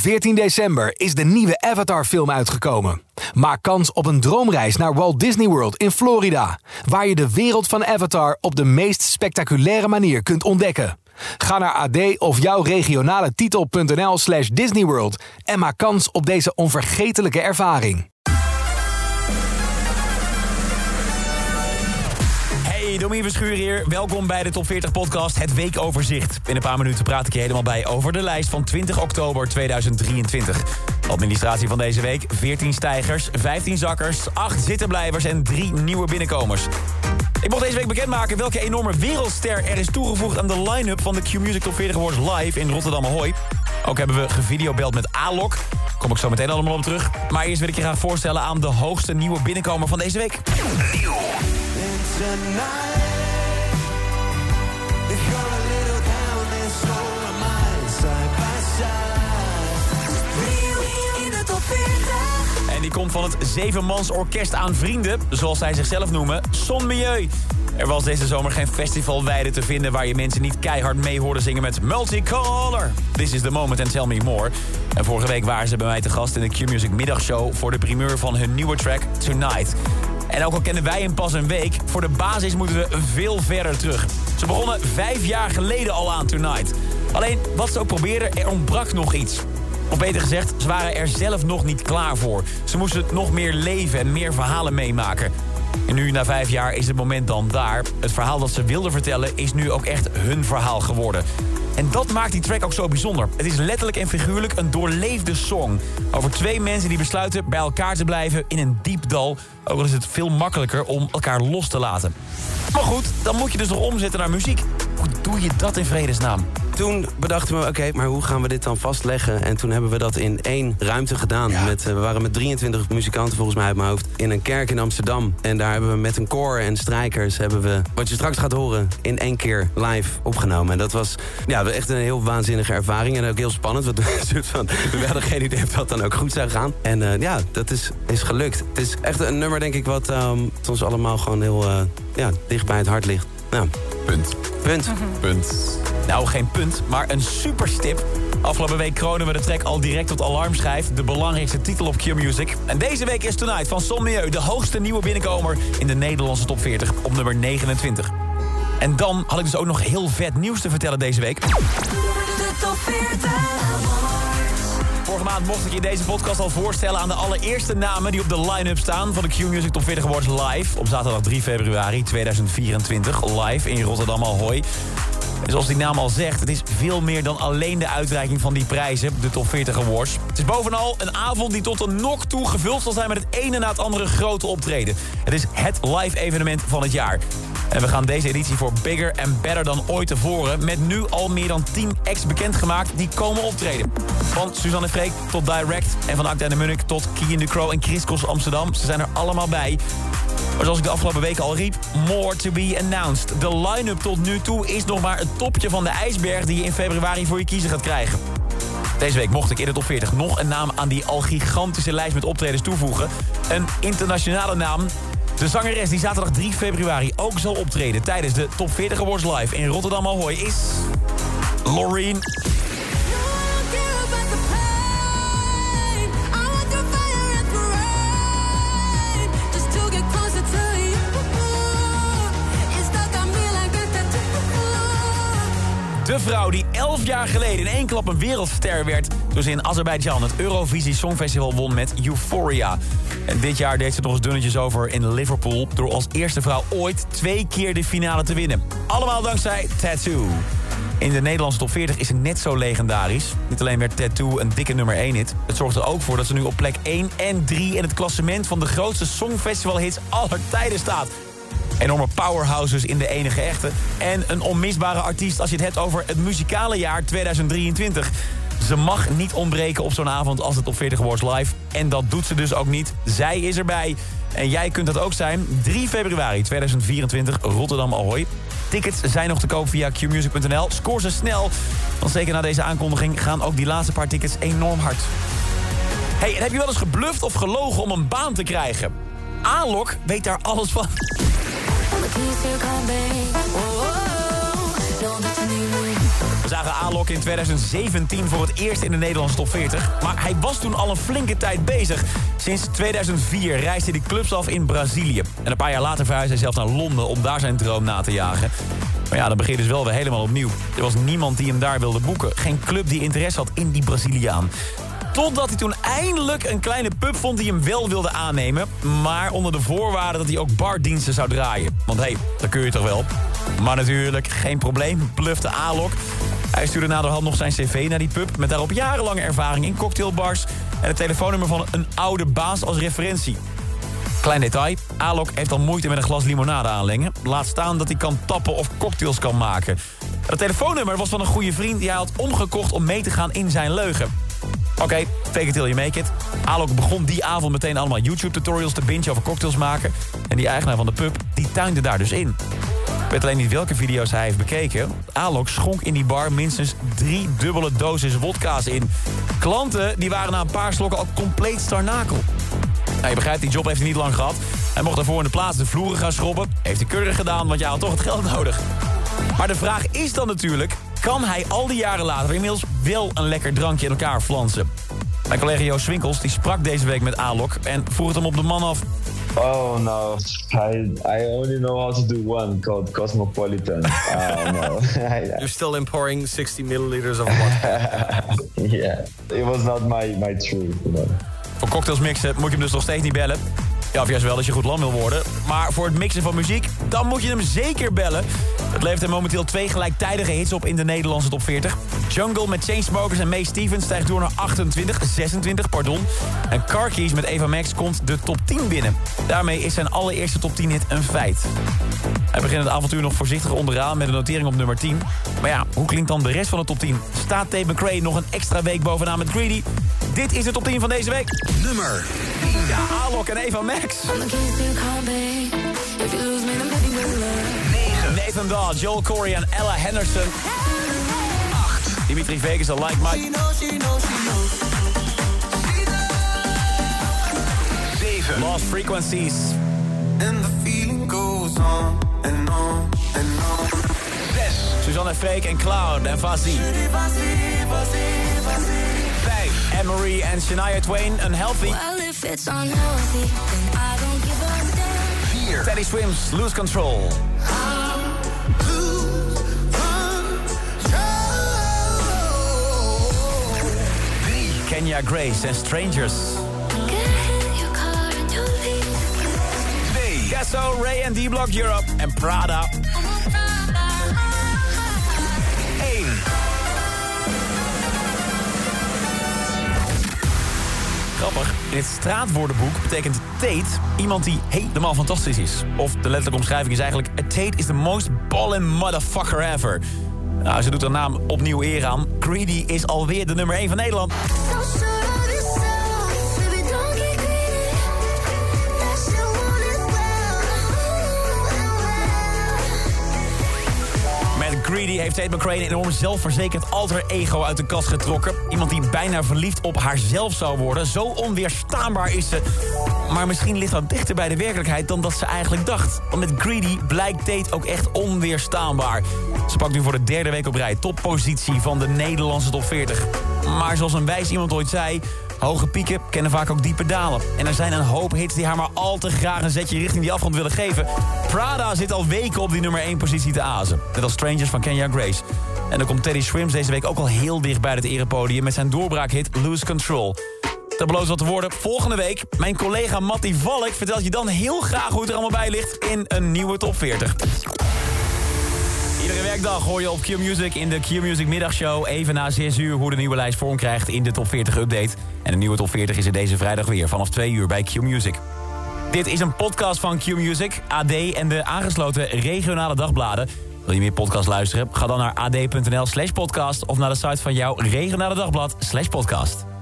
14 december is de nieuwe Avatar-film uitgekomen. Maak kans op een droomreis naar Walt Disney World in Florida, waar je de wereld van Avatar op de meest spectaculaire manier kunt ontdekken. Ga naar AD of jouw regionale titel.nl/Disneyworld en maak kans op deze onvergetelijke ervaring. Hey, Domien Verschuur hier. Welkom bij de Top 40 podcast, het weekoverzicht. In een paar minuten praat ik je helemaal bij over de lijst van 20 oktober 2023. Administratie van deze week: 14 stijgers, 15 zakkers, 8 zittenblijvers en 3 nieuwe binnenkomers. Ik mocht deze week bekendmaken welke enorme wereldster er is toegevoegd aan de line-up van de Q-Music Top 40 Awards live in Rotterdam Ahoy. Ook hebben we gevideobeld met Alok. Kom ik zo meteen allemaal op terug. Maar eerst wil ik je graag voorstellen aan de hoogste nieuwe binnenkomer van deze week. Nieuw. En die komt van het 7-mans orkest aan vrienden, zoals zij zichzelf noemen, Son Milieu. Er was deze zomer geen festivalweide te vinden waar je mensen niet keihard mee hoorden zingen met Multicolor. This is the moment and tell me more. En vorige week waren ze bij mij te gast in de Q-Music middagshow voor de primeur van hun nieuwe track Tonight. En ook al kennen wij hem pas een week, voor de basis moeten we veel verder terug. Ze begonnen 5 jaar geleden al aan Tonight. Alleen, wat ze ook probeerden, er ontbrak nog iets. Of beter gezegd, ze waren er zelf nog niet klaar voor. Ze moesten nog meer leven en meer verhalen meemaken. En nu, na 5 jaar, is het moment dan daar. Het verhaal dat ze wilden vertellen is nu ook echt hun verhaal geworden. En dat maakt die track ook zo bijzonder. Het is letterlijk en figuurlijk een doorleefde song. Over 2 mensen die besluiten bij elkaar te blijven in een diep dal. Ook al is het veel makkelijker om elkaar los te laten. Maar goed, dan moet je dus nog omzetten naar muziek. Hoe doe je dat in vredesnaam? Toen bedachten we, oké, maar hoe gaan we dit dan vastleggen? En toen hebben we dat in 1 ruimte gedaan. Ja. We waren met 23 muzikanten volgens mij uit mijn hoofd in een kerk in Amsterdam. En daar hebben we met een koor en strijkers hebben we, wat je straks gaat horen, in 1 keer live opgenomen. En dat was echt een heel waanzinnige ervaring en ook heel spannend. Want we hadden geen idee of dat dan ook goed zou gaan. En dat is gelukt. Het is echt een nummer, denk ik, wat ons allemaal gewoon heel dicht bij het hart ligt. Nou, punt. Nou, geen punt, maar een superstip. Afgelopen week kronen we de track al direct tot alarmschijf. De belangrijkste titel op Q-Music. En deze week is Tonight van Son Milieu de hoogste nieuwe binnenkomer in de Nederlandse top 40 op nummer 29. En dan had ik dus ook nog heel vet nieuws te vertellen deze week. De top 40 Vorige maand mocht ik je deze podcast al voorstellen aan de allereerste namen die op de line-up staan van de Q-Music Top 40 Awards live op zaterdag 3 februari 2024 live in Rotterdam Ahoy. En zoals die naam al zegt, het is veel meer dan alleen de uitreiking van die prijzen, de Top 40 Awards. Het is bovenal een avond die tot de nok toe gevuld zal zijn met het ene na het andere grote optreden. Het is het live evenement van het jaar. En we gaan deze editie voor bigger en better dan ooit tevoren, met nu al meer dan 10 acts bekendgemaakt die komen optreden. Van Suzanne Freek tot Direct en van Acta en de Munnik tot Kian Ducro en Chris Cross Amsterdam. Ze zijn er allemaal bij. Maar zoals ik de afgelopen weken al riep, more to be announced. De line-up tot nu toe is nog maar het topje van de ijsberg die je in februari voor je kiezen gaat krijgen. Deze week mocht ik in de top 40 nog een naam aan die al gigantische lijst met optredens toevoegen. Een internationale naam. De zangeres die zaterdag 3 februari ook zal optreden tijdens de Top 40 Awards live in Rotterdam Ahoy is Loreen. De vrouw die 11 jaar geleden in één klap een wereldster werd toen ze in Azerbeidzjan het Eurovisie Songfestival won met Euphoria. En dit jaar deed ze nog eens dunnetjes over in Liverpool door als eerste vrouw ooit 2 keer de finale te winnen. Allemaal dankzij Tattoo. In de Nederlandse top 40 is ze net zo legendarisch. Niet alleen werd Tattoo een dikke nummer 1 hit. Het zorgt er ook voor dat ze nu op plek 1 en 3 in het klassement van de grootste songfestivalhits aller tijden staat. Enorme powerhouses in de enige echte. En een onmisbare artiest als je het hebt over het muzikale jaar 2023. Ze mag niet ontbreken op zo'n avond als de Top 40 Awards live. En dat doet ze dus ook niet. Zij is erbij. En jij kunt dat ook zijn. 3 februari 2024, Rotterdam Ahoy. Tickets zijn nog te koop via qmusic.nl. Scoor ze snel. Want zeker na deze aankondiging gaan ook die laatste paar tickets enorm hard. Hey, en heb je wel eens gebluft of gelogen om een baan te krijgen? Alok weet daar alles van. We zagen Alok in 2017 voor het eerst in de Nederlandse top 40. Maar hij was toen al een flinke tijd bezig. Sinds 2004 reisde hij clubs af in Brazilië. En een paar jaar later verhuisde hij zelf naar Londen om daar zijn droom na te jagen. Maar ja, dan begint dus wel weer helemaal opnieuw. Er was niemand die hem daar wilde boeken. Geen club die interesse had in die Braziliaan. Totdat hij toen eindelijk een kleine pub vond die hem wel wilde aannemen. Maar onder de voorwaarde dat hij ook bardiensten zou draaien. Want hé, dat kun je toch wel. Maar natuurlijk, geen probleem, blufte Alok. Hij stuurde naderhand nog zijn cv naar die pub... met daarop jarenlange ervaring in cocktailbars... en het telefoonnummer van een oude baas als referentie. Klein detail, Alok heeft al moeite met een glas limonade aanlengen. Laat staan dat hij kan tappen of cocktails kan maken. Het telefoonnummer was van een goede vriend die hij had omgekocht om mee te gaan in zijn leugen. Oké, fake it till you make it. Alok begon die avond meteen allemaal YouTube-tutorials te bingen over cocktails maken. En die eigenaar van de pub, die tuinde daar dus in. Ik weet alleen niet welke video's hij heeft bekeken. Alok schonk in die bar minstens 3 dubbele doses wodka's in. Klanten die waren na een paar slokken al compleet starnakel. Nou, je begrijpt, die job heeft hij niet lang gehad. Hij mocht daarvoor in de plaats de vloeren gaan schrobben. Heeft hij keurig gedaan, want je had toch het geld nodig. Maar de vraag is dan natuurlijk... kan hij al die jaren later inmiddels wel een lekker drankje in elkaar flansen? Mijn collega Joost Swinkels die sprak deze week met Alok... en vroeg het hem op de man af. Oh no, I only know how to do one called Cosmopolitan. Oh no. You're still pouring 60 milliliters of water. Yeah, it was not my truth. Voor cocktails mixen moet je hem dus nog steeds niet bellen. Ja, of juist wel als je goed lam wil worden. Maar voor het mixen van muziek, dan moet je hem zeker bellen. Het levert hem momenteel 2 gelijktijdige hits op in de Nederlandse top 40. Jungle met Chainsmokers en Mae Stevens stijgt door naar 26, pardon. En Car Keys met Eva Max komt de top 10 binnen. Daarmee is zijn allereerste top 10 hit een feit. Hij begint het avontuur nog voorzichtig onderaan met een notering op nummer 10. Maar ja, hoe klinkt dan de rest van de top 10? Staat Tate McRae nog een extra week bovenaan met Greedy? Dit is de top 10 van deze week. Nummer 10. Ja, Alok en Eva Max. 9. Nathan Dawe, Joel Corey en Ella Henderson. 8. Dimitri Vegas en Like Mike. 7. Lost Frequencies. And the feeling goes on and on and on. 6. Suzanne Freek en Cloud en Fazzy. 5. Anne-Marie en Shania Twain, Unhealthy. Well, if it's unhealthy, then I don't give a damn. 4. Teddy Swims, Lose Control. 3. Kenya Grace en Strangers. 2. Gasso, Ray en D-Block Europe en Prada. 1. Grappig, in het straatwoordenboek betekent Tate iemand die helemaal fantastisch is. Of de letterlijke omschrijving is eigenlijk... A Tate is the most ballin' motherfucker ever. Nou, ze doet haar naam opnieuw eer aan. Greedy is alweer de nummer 1 van Nederland. Greedy heeft Tate McRae een enorm zelfverzekerd alter ego uit de kast getrokken. Iemand die bijna verliefd op haarzelf zou worden. Zo onweerstaanbaar is ze. Maar misschien ligt dat dichter bij de werkelijkheid dan dat ze eigenlijk dacht. Want met Greedy blijkt Tate ook echt onweerstaanbaar. Ze pakt nu voor de 3e week op rij toppositie van de Nederlandse top 40. Maar zoals een wijs iemand ooit zei... hoge pieken kennen vaak ook diepe dalen. En er zijn een hoop hits die haar maar al te graag een zetje richting die afgrond willen geven. Prada zit al weken op die nummer 1 positie te azen. Net als Strangers van Kenya Grace. En dan komt Teddy Swims deze week ook al heel dicht bij het erepodium... met zijn doorbraakhit Lose Control. Dat belooft wat te worden. Volgende week, mijn collega Mattie Valk vertelt je dan heel graag hoe het er allemaal bij ligt... in een nieuwe top 40. Iedere werkdag hoor je op Q-Music in de Q-Music middagshow... even na 6 uur hoe de nieuwe lijst vorm krijgt in de top 40 update. En de nieuwe top 40 is er deze vrijdag weer vanaf 2 uur bij Q-Music. Dit is een podcast van Q-Music, AD en de aangesloten regionale dagbladen. Wil je meer podcast luisteren? Ga dan naar ad.nl/podcast... of naar de site van jouw regionale dagblad /podcast.